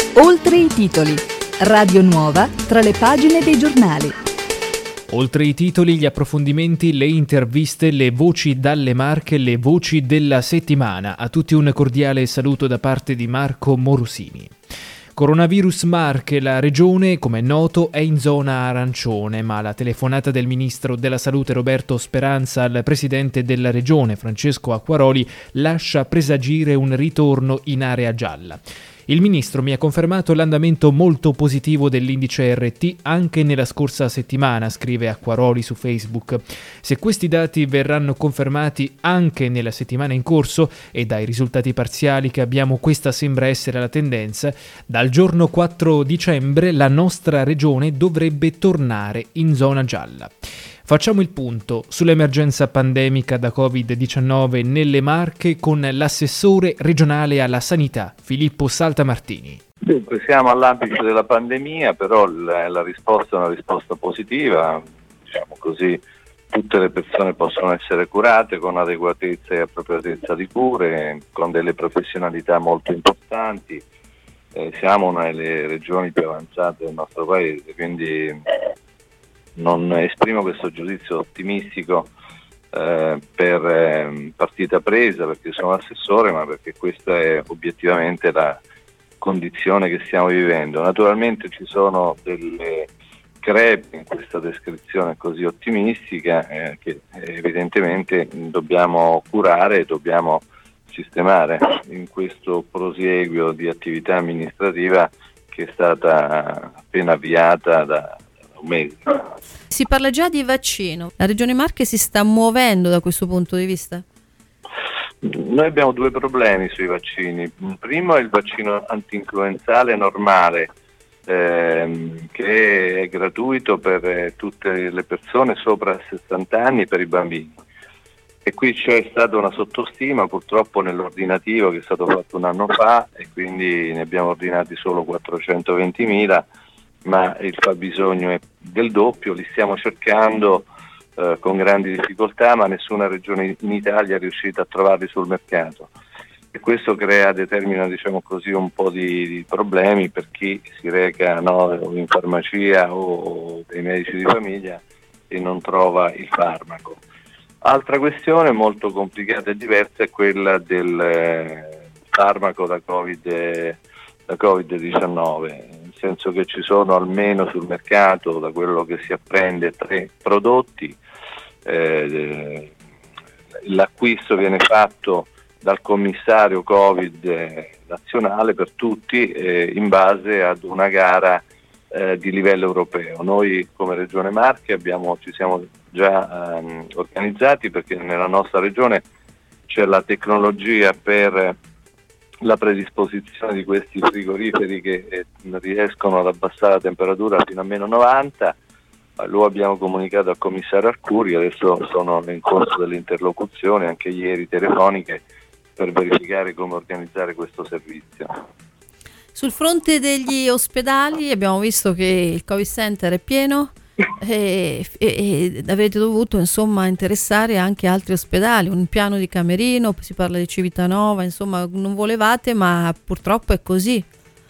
Oltre i titoli. Radio Nuova tra le pagine dei giornali. Oltre i titoli, gli approfondimenti, le interviste, le voci dalle Marche, le voci della settimana. A tutti un cordiale saluto da parte di Marco Morosini. Coronavirus Marche, la regione, come è noto, è in zona arancione, ma la telefonata del ministro della Salute Roberto Speranza al presidente della regione Francesco Acquaroli lascia presagire un ritorno in area gialla. Il ministro mi ha confermato l'andamento molto positivo dell'indice RT anche nella scorsa settimana, scrive Acquaroli su Facebook. Se questi dati verranno confermati anche nella settimana in corso e dai risultati parziali che abbiamo, questa sembra essere la tendenza, dal giorno 4 dicembre la nostra regione dovrebbe tornare in zona gialla. Facciamo il punto sull'emergenza pandemica da Covid-19 nelle Marche con l'assessore regionale alla sanità, Filippo Saltamartini. Dunque, siamo all'apice della pandemia, però la risposta è una risposta positiva, diciamo così, tutte le persone possono essere curate con adeguatezza e appropriatezza di cure, con delle professionalità molto importanti. Siamo una delle regioni più avanzate del nostro paese, quindi non esprimo questo giudizio ottimistico per partita presa perché sono assessore, ma perché questa è obiettivamente la condizione che stiamo vivendo. Naturalmente ci sono delle crepe in questa descrizione così ottimistica che evidentemente dobbiamo curare e dobbiamo sistemare in questo prosieguo di attività amministrativa che è stata appena avviata da un mese. Si parla già di vaccino. La Regione Marche si sta muovendo da questo punto di vista? Noi abbiamo due problemi sui vaccini. Il primo è il vaccino antinfluenzale normale, che è gratuito per tutte le persone sopra 60 anni per i bambini. E qui c'è stata una sottostima purtroppo nell'ordinativo che è stato fatto un anno fa e quindi ne abbiamo ordinati solo 420.000, ma il fabbisogno è del doppio, li stiamo cercando con grandi difficoltà, ma nessuna regione in Italia è riuscita a trovarli sul mercato e questo determina diciamo così un po' di problemi per chi si reca in farmacia o dei medici di famiglia e non trova il farmaco. Altra questione molto complicata e diversa è quella del farmaco da Covid-19, nel senso che ci sono almeno sul mercato, da quello che si apprende, 3 prodotti. L'acquisto viene fatto dal commissario Covid nazionale per tutti in base ad una gara di livello europeo. Noi come Regione Marche ci siamo già organizzati perché nella nostra regione c'è la tecnologia per la predisposizione di questi frigoriferi che riescono ad abbassare la temperatura fino a meno 90. Lo abbiamo comunicato al commissario Arcuri, adesso sono in corso delle interlocuzioni, anche ieri telefoniche, per verificare come organizzare questo servizio. Sul fronte degli ospedali abbiamo visto che il Covid Center è pieno e avete dovuto insomma interessare anche altri ospedali, un piano di Camerino, si parla di Civitanova, insomma non volevate, ma purtroppo è così.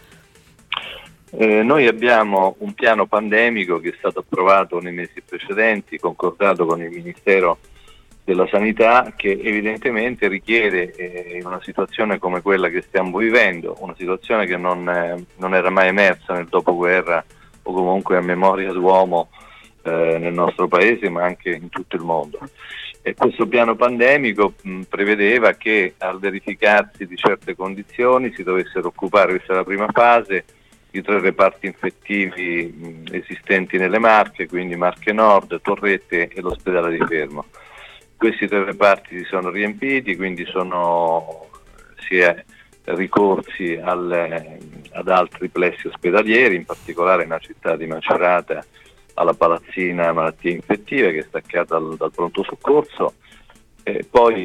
Noi abbiamo un piano pandemico che è stato approvato nei mesi precedenti, concordato con il Ministero della Sanità, che evidentemente richiede in una situazione come quella che stiamo vivendo, una situazione che non era mai emersa nel dopoguerra o comunque a memoria d'uomo nel nostro paese ma anche in tutto il mondo. E questo piano pandemico prevedeva che al verificarsi di certe condizioni si dovessero occupare, questa è la prima fase, i 3 reparti infettivi esistenti nelle Marche, quindi Marche Nord, Torrette e l'ospedale di Fermo. Questi 3 reparti si sono riempiti, quindi si è ricorsi ad altri plessi ospedalieri, in particolare nella città di Macerata alla palazzina malattie infettive che è staccata dal pronto soccorso. Poi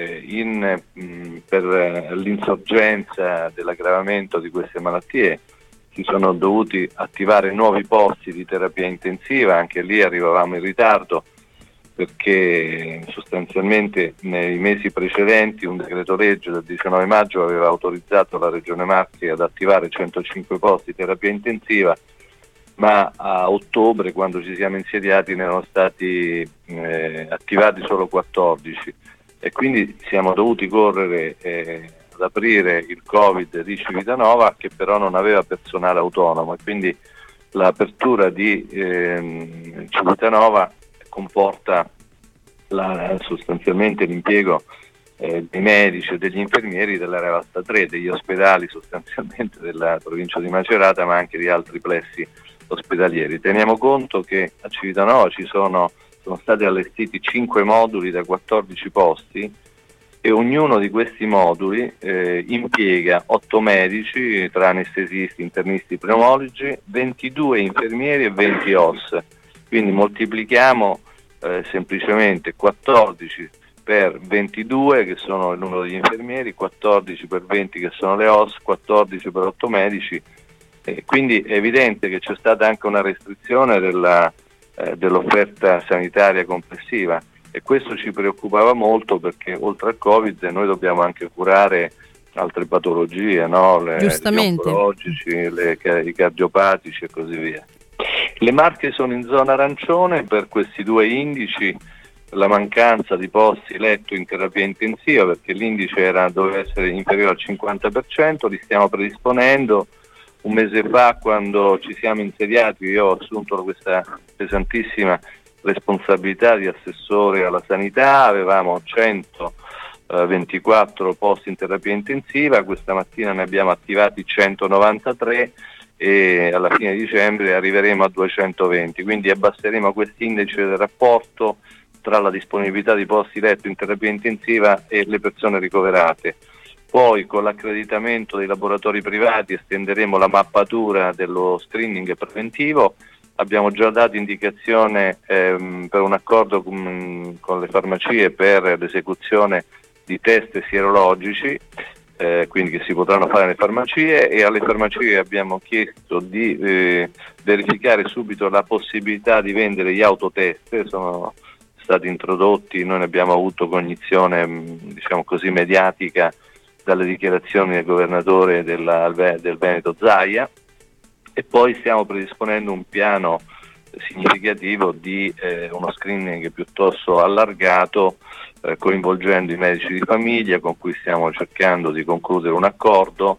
per l'insorgenza dell'aggravamento di queste malattie si sono dovuti attivare nuovi posti di terapia intensiva, anche lì arrivavamo in ritardo perché sostanzialmente nei mesi precedenti un decreto legge del 19 maggio aveva autorizzato la Regione Marche ad attivare 105 posti di terapia intensiva, ma a ottobre, quando ci siamo insediati, ne erano stati attivati solo 14 e quindi siamo dovuti correre ad aprire il Covid di Civitanova, che però non aveva personale autonomo, e quindi l'apertura di Civitanova comporta sostanzialmente l'impiego dei medici e degli infermieri dell'area Vasta 3, degli ospedali sostanzialmente della provincia di Macerata, ma anche di altri plessi ospedalieri. Teniamo conto che a Civitanova sono stati allestiti 5 moduli da 14 posti e ognuno di questi moduli impiega 8 medici tra anestesisti, internisti, pneumologi, 22 infermieri e 20 OS. Quindi moltiplichiamo semplicemente 14 per 22, che sono il numero degli infermieri, 14 per 20 che sono le OS, 14 per 8 medici. Quindi è evidente che c'è stata anche una restrizione dell'offerta sanitaria complessiva, e questo ci preoccupava molto, perché oltre al Covid noi dobbiamo anche curare altre patologie, no? Gli oncologici, i cardiopatici e così via. Le Marche sono in zona arancione per questi due indici: la mancanza di posti letto in terapia intensiva, perché l'indice doveva essere inferiore al 50%, li stiamo predisponendo. Un mese fa, quando ci siamo insediati, io ho assunto questa pesantissima responsabilità di assessore alla sanità, avevamo 124 posti in terapia intensiva, questa mattina ne abbiamo attivati 193 e alla fine di dicembre arriveremo a 220, quindi abbasseremo quest'indice del rapporto tra la disponibilità di posti letto in terapia intensiva e le persone ricoverate. Poi con l'accreditamento dei laboratori privati estenderemo la mappatura dello screening preventivo. Abbiamo già dato indicazione per un accordo con le farmacie per l'esecuzione di test sierologici, quindi che si potranno fare nelle farmacie, e alle farmacie abbiamo chiesto di verificare subito la possibilità di vendere gli autotest. Sono stati introdotti, noi ne abbiamo avuto cognizione, diciamo così, mediatica dalle dichiarazioni del governatore del Veneto Zaia, e poi stiamo predisponendo un piano significativo di uno screening piuttosto allargato, coinvolgendo i medici di famiglia, con cui stiamo cercando di concludere un accordo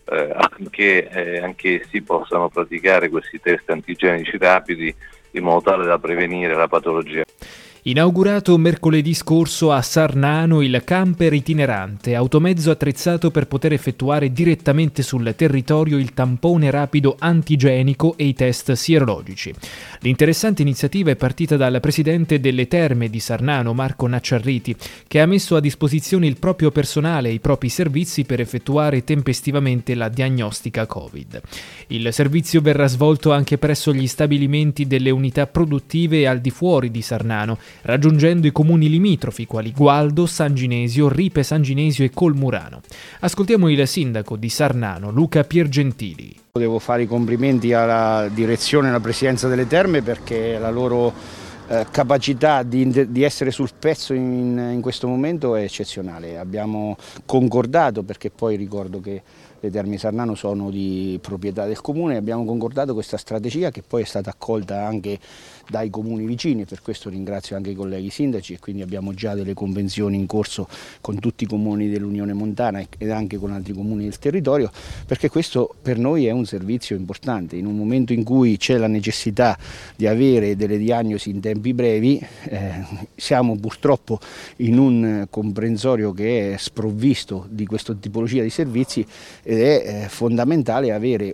affinché anche essi possano praticare questi test antigenici rapidi in modo tale da prevenire la patologia. Inaugurato mercoledì scorso a Sarnano il camper itinerante, automezzo attrezzato per poter effettuare direttamente sul territorio il tampone rapido antigenico e i test sierologici. L'interessante iniziativa è partita dal presidente delle Terme di Sarnano, Marco Nacciarriti, che ha messo a disposizione il proprio personale e i propri servizi per effettuare tempestivamente la diagnostica Covid. Il servizio verrà svolto anche presso gli stabilimenti delle unità produttive al di fuori di Sarnano, raggiungendo i comuni limitrofi quali Gualdo, San Ginesio, Ripe San Ginesio e Colmurano. Ascoltiamo il sindaco di Sarnano, Luca Piergentili. Devo fare i complimenti alla direzione e alla presidenza delle Terme, perché la loro capacità di essere sul pezzo in questo momento è eccezionale. Abbiamo concordato, perché poi ricordo che le Terme di Sarnano sono di proprietà del comune, abbiamo concordato questa strategia che poi è stata accolta anche dai comuni vicini, per questo ringrazio anche i colleghi sindaci, e quindi abbiamo già delle convenzioni in corso con tutti i comuni dell'Unione Montana ed anche con altri comuni del territorio, perché questo per noi è un servizio importante. In un momento in cui c'è la necessità di avere delle diagnosi in tempi brevi, siamo purtroppo in un comprensorio che è sprovvisto di questa tipologia di servizi, ed è fondamentale avere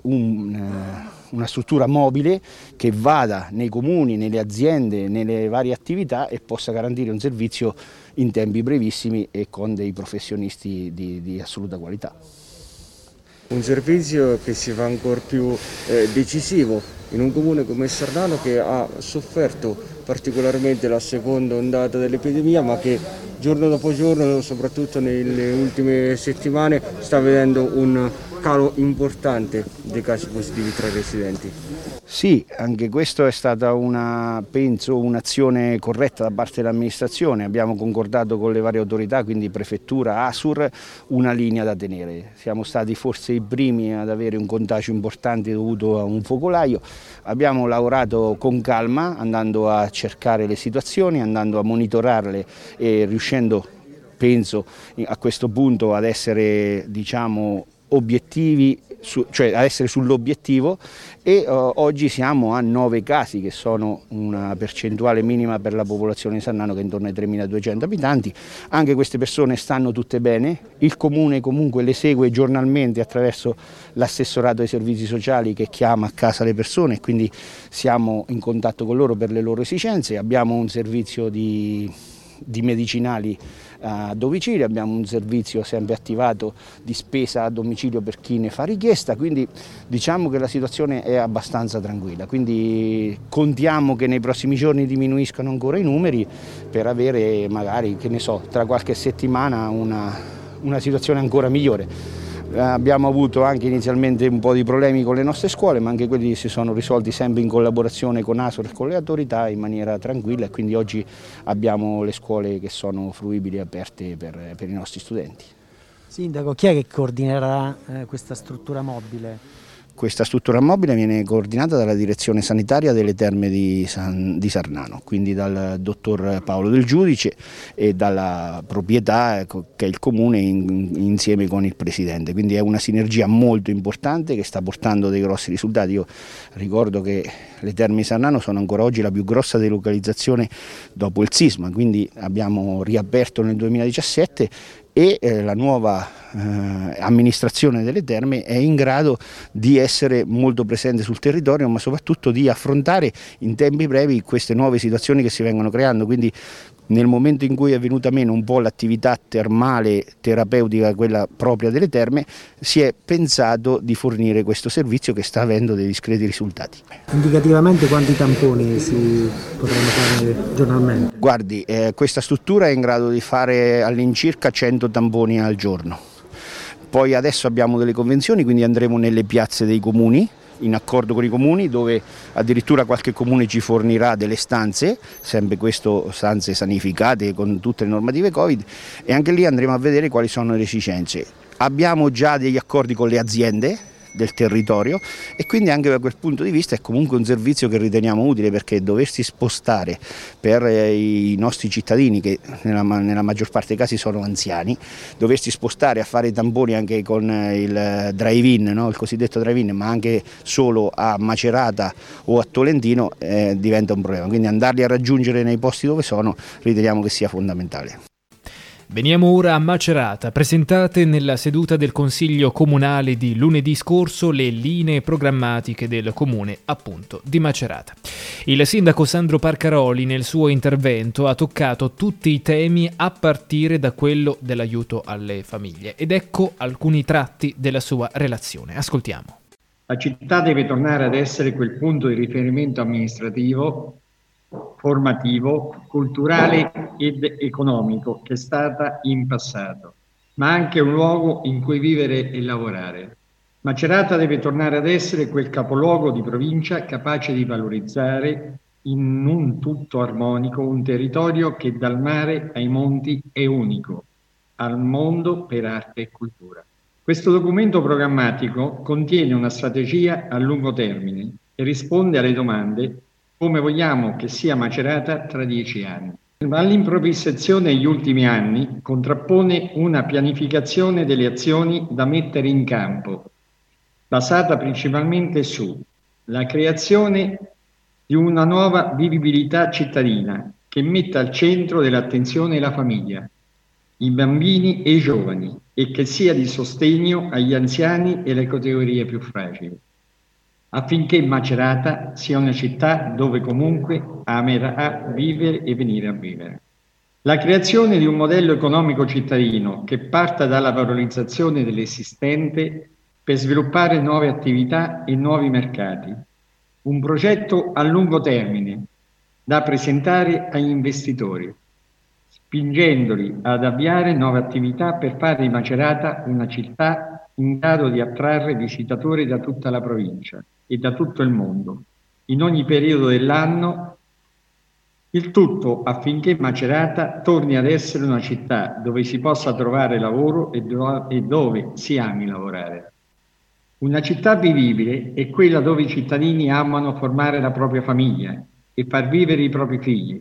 una struttura mobile che vada nei comuni, nelle aziende, nelle varie attività e possa garantire un servizio in tempi brevissimi e con dei professionisti di assoluta qualità. Un servizio che si fa ancora più decisivo in un comune come Sarnano, che ha sofferto particolarmente la seconda ondata dell'epidemia, ma che giorno dopo giorno, soprattutto nelle ultime settimane, sta vedendo un calo importante dei casi positivi tra i residenti. Sì, anche questo è stata penso un'azione corretta da parte dell'amministrazione. Abbiamo concordato con le varie autorità, quindi prefettura, ASUR, una linea da tenere. Siamo stati forse i primi ad avere un contagio importante dovuto a un focolaio. Abbiamo lavorato con calma, andando a cercare le situazioni, andando a monitorarle e riuscendo, penso, a questo punto ad essere, obiettivi, cioè ad essere sull'obiettivo, e oggi siamo a 9 casi, che sono una percentuale minima per la popolazione di Sarnano, che è intorno ai 3.200 abitanti. Anche queste persone stanno tutte bene, il comune comunque le segue giornalmente attraverso l'assessorato ai servizi sociali, che chiama a casa le persone, e quindi siamo in contatto con loro per le loro esigenze. Abbiamo un servizio di medicinali a domicilio, abbiamo un servizio sempre attivato di spesa a domicilio per chi ne fa richiesta, quindi diciamo che la situazione è abbastanza tranquilla, quindi contiamo che nei prossimi giorni diminuiscano ancora i numeri per avere magari, tra qualche settimana una situazione ancora migliore. Abbiamo avuto anche inizialmente un po' di problemi con le nostre scuole, ma anche quelli si sono risolti sempre in collaborazione con ASUR e con le autorità in maniera tranquilla, e quindi oggi abbiamo le scuole che sono fruibili e aperte per i nostri studenti. Sindaco, chi è che coordinerà questa struttura mobile? Questa struttura mobile viene coordinata dalla direzione sanitaria delle Terme di Sarnano, quindi dal dottor Paolo Del Giudice e dalla proprietà, che è il comune, insieme con il presidente. Quindi è una sinergia molto importante che sta portando dei grossi risultati. Io ricordo che le Terme di Sarnano sono ancora oggi la più grossa delocalizzazione dopo il sisma, quindi abbiamo riaperto nel 2017 e la nuova amministrazione delle terme è in grado di essere molto presente sul territorio, ma soprattutto di affrontare in tempi brevi queste nuove situazioni che si vengono creando. Quindi nel momento in cui è venuta meno un po' l'attività termale terapeutica, quella propria delle terme, si è pensato di fornire questo servizio che sta avendo dei discreti risultati. Indicativamente quanti tamponi si potranno fare giornalmente? Guardi, questa struttura è in grado di fare all'incirca 100 tamponi al giorno. Poi adesso abbiamo delle convenzioni, quindi andremo nelle piazze dei comuni, in accordo con i comuni, dove addirittura qualche comune ci fornirà delle stanze, sempre questo stanze sanificate con tutte le normative Covid, e anche lì andremo a vedere quali sono le esigenze. Abbiamo già degli accordi con le aziende del territorio, e quindi anche da quel punto di vista è comunque un servizio che riteniamo utile, perché doversi spostare per i nostri cittadini, che nella maggior parte dei casi sono anziani, doversi spostare a fare i tamponi anche con il drive-in, no? Il cosiddetto drive-in, ma anche solo a Macerata o a Tolentino diventa un problema, quindi andarli a raggiungere nei posti dove sono riteniamo che sia fondamentale. Veniamo ora a Macerata. Presentate nella seduta del Consiglio Comunale di lunedì scorso le linee programmatiche del Comune, appunto, di Macerata. Il sindaco Sandro Parcaroli nel suo intervento ha toccato tutti i temi a partire da quello dell'aiuto alle famiglie, ed ecco alcuni tratti della sua relazione. Ascoltiamo. La città deve tornare ad essere quel punto di riferimento amministrativo, formativo, culturale ed economico che è stata in passato, ma anche un luogo in cui vivere e lavorare. Macerata deve tornare ad essere quel capoluogo di provincia capace di valorizzare in un tutto armonico un territorio che dal mare ai monti è unico al mondo per arte e cultura. Questo documento programmatico contiene una strategia a lungo termine e risponde alle domande: come vogliamo che sia Macerata tra 10 anni? All'improvvisazione degli ultimi anni contrappone una pianificazione delle azioni da mettere in campo, basata principalmente sulla creazione di una nuova vivibilità cittadina che metta al centro dell'attenzione la famiglia, i bambini e i giovani, e che sia di sostegno agli anziani e alle categorie più fragili, affinché Macerata sia una città dove comunque amerà vivere e venire a vivere. La creazione di un modello economico cittadino che parta dalla valorizzazione dell'esistente per sviluppare nuove attività e nuovi mercati. Un progetto a lungo termine da presentare agli investitori, spingendoli ad avviare nuove attività per fare di Macerata una città in grado di attrarre visitatori da tutta la provincia e da tutto il mondo, in ogni periodo dell'anno, il tutto affinché Macerata torni ad essere una città dove si possa trovare lavoro e dove si ami lavorare. Una città vivibile è quella dove i cittadini amano formare la propria famiglia e far vivere i propri figli,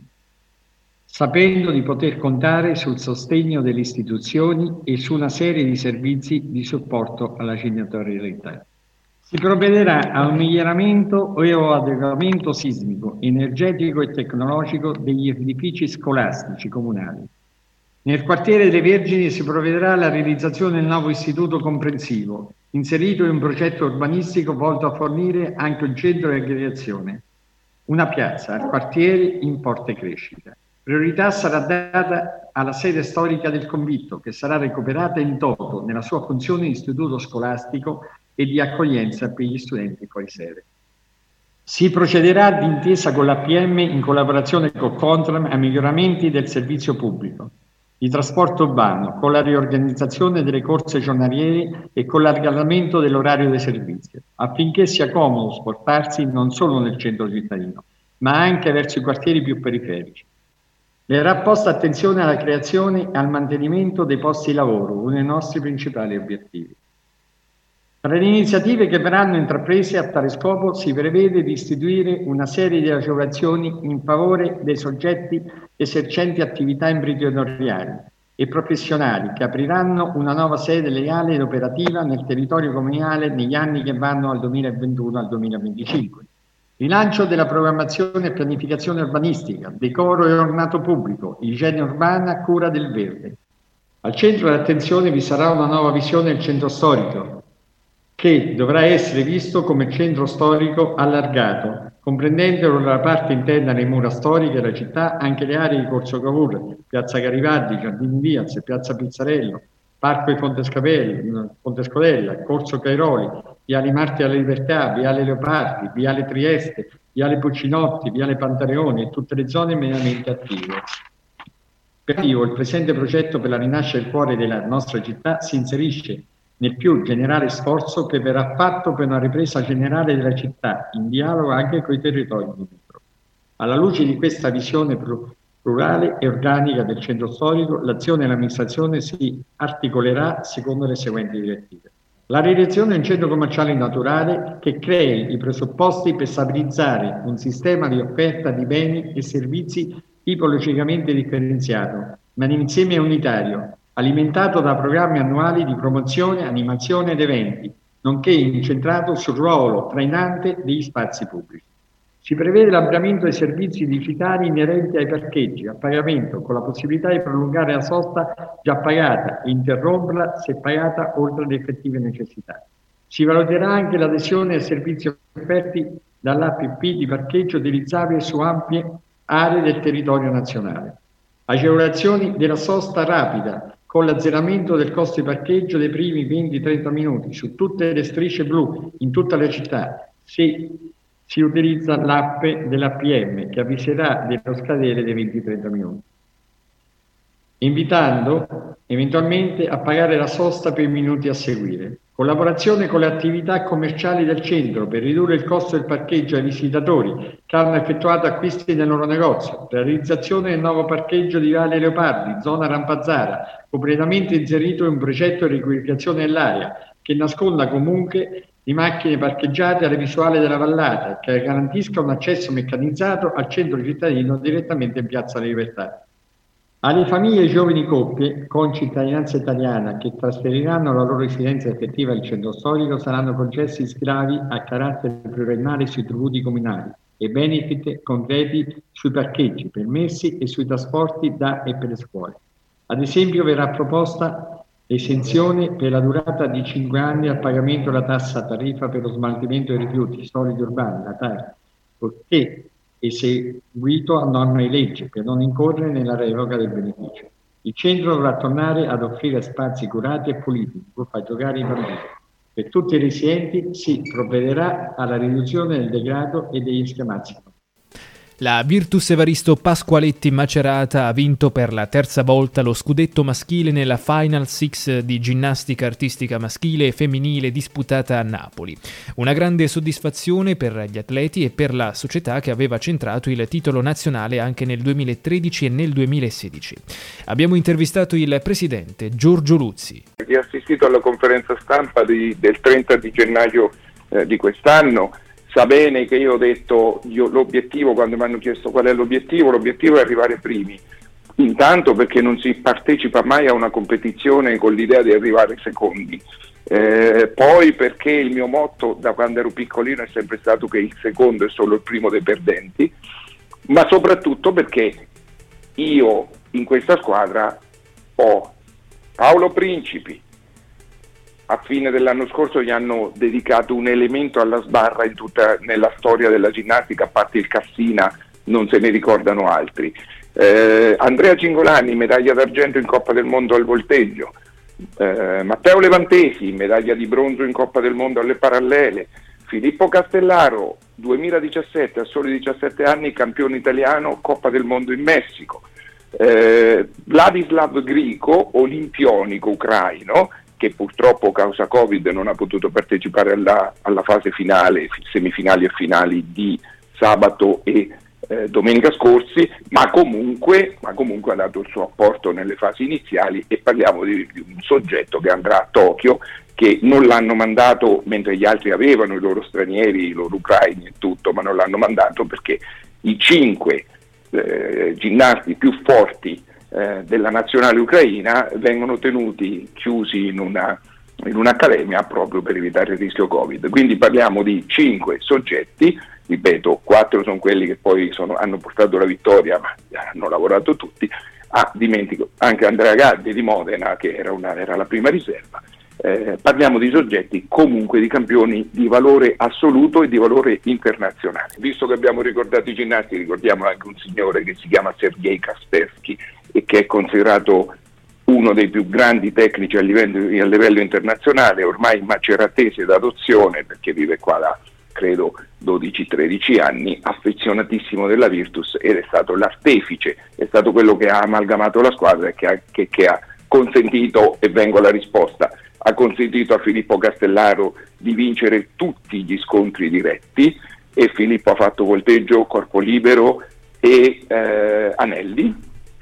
sapendo di poter contare sul sostegno delle istituzioni e su una serie di servizi di supporto alla genitorialità. Si provvederà a un miglioramento o adeguamento sismico, energetico e tecnologico degli edifici scolastici comunali. Nel quartiere delle Vergini si provvederà alla realizzazione del nuovo istituto comprensivo, inserito in un progetto urbanistico volto a fornire anche un centro di aggregazione. Una piazza al quartiere in forte crescita. Priorità sarà data alla sede storica del Convitto, che sarà recuperata in toto nella sua funzione di istituto scolastico e di accoglienza per gli studenti fuori sede. Si procederà d'intesa con l'APM in collaborazione con Contram a miglioramenti del servizio pubblico di trasporto urbano, con la riorganizzazione delle corse giornaliere e con l'allargamento dell'orario dei servizi, affinché sia comodo spostarsi non solo nel centro cittadino, ma anche verso i quartieri più periferici. Verrà posta attenzione alla creazione e al mantenimento dei posti di lavoro, uno dei nostri principali obiettivi. Tra le iniziative che verranno intraprese a tale scopo si prevede di istituire una serie di agevolazioni in favore dei soggetti esercenti attività imprenditoriali e professionali che apriranno una nuova sede legale ed operativa nel territorio comunale negli anni che vanno dal 2021 al 2025. Rilancio della programmazione e pianificazione urbanistica, decoro e ornato pubblico, igiene urbana, cura del verde. Al centro dell'attenzione vi sarà una nuova visione del centro storico, che dovrà essere visto come centro storico allargato, comprendendo la parte interna delle mura storiche della città anche le aree di Corso Cavour, Piazza Garibaldi, Giardini Diaz, Piazza Pizzarello, Parco di Fontescodella, Corso Cairoli, Viale Marte alla Libertà, Viale Leopardi, Viale Trieste, Viale Puccinotti, Viale Pantareoni e tutte le zone mediamente attive. Per il presente progetto per la rinascita del cuore della nostra città si inserisce nel più generale sforzo che verrà fatto per una ripresa generale della città, in dialogo anche con i territori limitrofi. Alla luce di questa visione plurale e organica del centro storico, l'azione dell'amministrazione si articolerà secondo le seguenti direttive. La realizzazione di un centro commerciale naturale che crei i presupposti per stabilizzare un sistema di offerta di beni e servizi tipologicamente differenziato, ma insieme unitario, alimentato da programmi annuali di promozione, animazione ed eventi, nonché incentrato sul ruolo trainante degli spazi pubblici. Si prevede l'ampliamento dei servizi digitali inerenti ai parcheggi a pagamento, con la possibilità di prolungare la sosta già pagata e interromperla se pagata oltre le effettive necessità. Si valuterà anche l'adesione ai servizi offerti dall'APP di parcheggio utilizzabile su ampie aree del territorio nazionale. Agevolazioni della sosta rapida, con l'azzeramento del costo di parcheggio dei primi 20-30 minuti su tutte le strisce blu in tutta la città, se si utilizza l'app dell'APM che avviserà dello scadere dei 20-30 minuti. Invitando eventualmente a pagare la sosta per i minuti a seguire. Collaborazione con le attività commerciali del centro per ridurre il costo del parcheggio ai visitatori che hanno effettuato acquisti nel loro negozio. Realizzazione del nuovo parcheggio di Viale Leopardi, zona Rampazzara, completamente inserito in un progetto di riqualificazione dell'area che nasconda comunque di macchine parcheggiate alla visuale della vallata e che garantisca un accesso meccanizzato al centro cittadino direttamente in Piazza Libertà. Alle famiglie e giovani coppie con cittadinanza italiana che trasferiranno la loro residenza effettiva al centro storico saranno concessi sgravi a carattere pluriennale sui tributi comunali e benefit concreti sui parcheggi, permessi e sui trasporti da e per le scuole. Ad esempio verrà proposta l'esenzione per la durata di 5 anni al pagamento della tassa tariffa per lo smaltimento dei rifiuti solidi urbani, la TAR, poiché eseguito a norma di legge per non incorrere nella revoca del beneficio. Il centro dovrà tornare ad offrire spazi curati e puliti, dove far giocare i bambini. Per tutti i residenti si provvederà alla riduzione del degrado e degli schiamazzi. La Virtus Evaristo Pasqualetti Macerata ha vinto per la terza volta lo scudetto maschile nella Final Six di ginnastica artistica maschile e femminile disputata a Napoli. Una grande soddisfazione per gli atleti e per la società che aveva centrato il titolo nazionale anche nel 2013 e nel 2016. Abbiamo intervistato il presidente Giorgio Luzzi. Chi ha assistito alla conferenza stampa del 30 di gennaio di quest'anno sa bene che io ho detto l'obiettivo, quando mi hanno chiesto qual è l'obiettivo è arrivare primi. Intanto perché non si partecipa mai a una competizione con l'idea di arrivare secondi. Poi perché il mio motto da quando ero piccolino è sempre stato che il secondo è solo il primo dei perdenti, ma soprattutto perché io in questa squadra ho Paolo Principi. A fine dell'anno scorso gli hanno dedicato un elemento alla sbarra nella storia della ginnastica, a parte il Cassina non se ne ricordano altri. Andrea Cingolani, medaglia d'argento in Coppa del Mondo al volteggio. Matteo Levantesi, medaglia di bronzo in Coppa del Mondo alle parallele. Filippo Castellaro, 2017, a soli 17 anni, campione italiano, Coppa del Mondo in Messico. Vladislav Grico, olimpionico ucraino, che purtroppo causa Covid non ha potuto partecipare alla fase finale, semifinali e finali di sabato e domenica scorsi, ma comunque ha dato il suo apporto nelle fasi iniziali, e parliamo di un soggetto che andrà a Tokyo, che non l'hanno mandato mentre gli altri avevano i loro stranieri, i loro ucraini e tutto, ma non l'hanno mandato perché i 5 ginnasti più forti della nazionale ucraina vengono tenuti chiusi in un'accademia proprio per evitare il rischio Covid. Quindi parliamo di 5 soggetti, ripeto, 4 sono quelli che poi hanno portato la vittoria, ma hanno lavorato tutti. Dimentico anche Andrea Gaddi di Modena, che era la prima riserva. Parliamo di soggetti comunque di campioni di valore assoluto e di valore internazionale. Visto che abbiamo ricordato i ginnasti, ricordiamo anche un signore che si chiama Sergei Kaspersky e che è considerato uno dei più grandi tecnici a livello internazionale, ormai maceratese d'adozione perché vive qua da credo 12-13 anni, affezionatissimo della Virtus, ed è stato l'artefice, è stato quello che ha amalgamato la squadra e che ha consentito, e vengo alla risposta, ha consentito a Filippo Castellaro di vincere tutti gli scontri diretti, e Filippo ha fatto volteggio, corpo libero e anelli.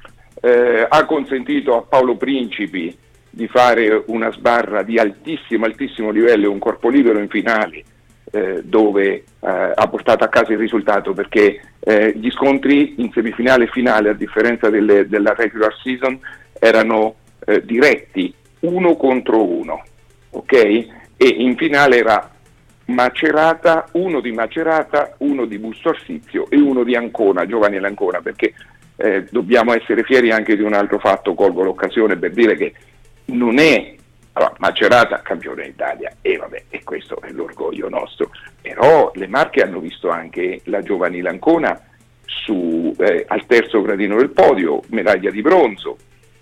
Ha consentito a Paolo Principi di fare una sbarra di altissimo livello e un corpo libero in finale, dove ha portato a casa il risultato, perché gli scontri in semifinale e finale, a differenza della regular season, erano diretti 1 contro 1, ok? E in finale era Macerata, uno di Macerata, uno di Busto Arsizio e uno di Ancona, Giovanni Ancona, perché dobbiamo essere fieri anche di un altro fatto. Colgo l'occasione per dire che non è Macerata campione d'Italia, e questo è l'orgoglio nostro, però le Marche hanno visto anche la Giovanni Ancona al terzo gradino del podio, medaglia di bronzo,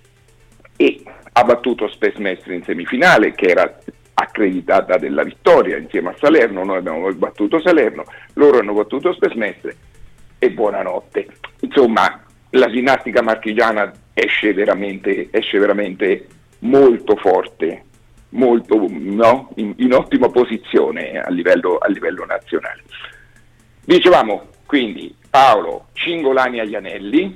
e ha battuto Spesmestre in semifinale, che era accreditata della vittoria insieme a Salerno. Noi abbiamo battuto Salerno, loro hanno battuto Spesmestre, e buonanotte. Insomma, la ginnastica marchigiana esce veramente molto forte, in ottima posizione a livello nazionale. Dicevamo quindi Paolo Cingolani agli anelli,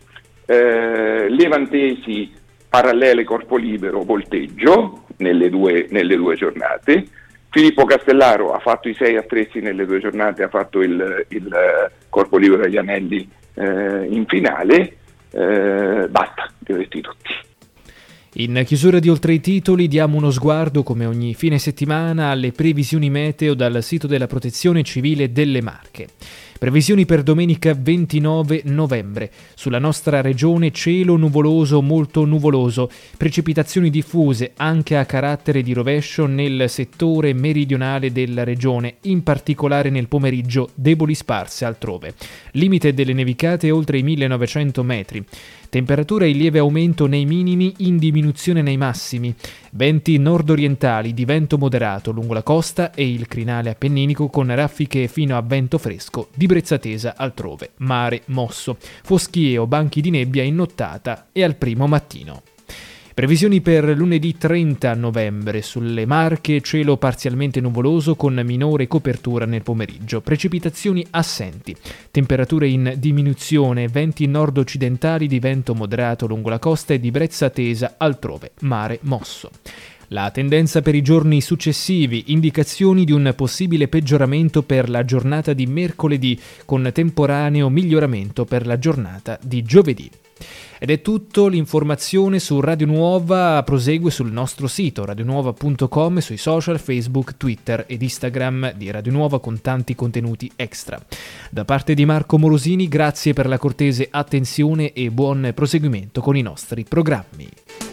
Levantesi parallele corpo libero volteggio nelle due giornate, Filippo Castellaro ha fatto i 6 attrezzi nelle 2 giornate, ha fatto il corpo libero agli anelli in finale. Basta, li ho detti tutti. In chiusura di Oltre i titoli diamo uno sguardo, come ogni fine settimana, alle previsioni meteo dal sito della Protezione Civile delle Marche. Previsioni per domenica 29 novembre. Sulla nostra regione cielo nuvoloso, molto nuvoloso, precipitazioni diffuse anche a carattere di rovescio nel settore meridionale della regione, in particolare nel pomeriggio, deboli sparse altrove. Limite delle nevicate oltre i 1900 metri. Temperatura in lieve aumento nei minimi, in diminuzione nei massimi. Venti nord-orientali di vento moderato lungo la costa e il crinale appenninico con raffiche fino a vento fresco, di brezzatesa altrove, mare mosso, foschie o banchi di nebbia in nottata e al primo mattino. Previsioni per lunedì 30 novembre: sulle Marche cielo parzialmente nuvoloso con minore copertura nel pomeriggio, precipitazioni assenti, temperature in diminuzione, venti nord-occidentali di vento moderato lungo la costa e di brezzatesa altrove, mare mosso. La tendenza per i giorni successivi, indicazioni di un possibile peggioramento per la giornata di mercoledì, con temporaneo miglioramento per la giornata di giovedì. Ed è tutto, l'informazione su Radio Nuova prosegue sul nostro sito radionuova.com e sui social Facebook, Twitter ed Instagram di Radio Nuova con tanti contenuti extra. Da parte di Marco Morosini, grazie per la cortese attenzione e buon proseguimento con i nostri programmi.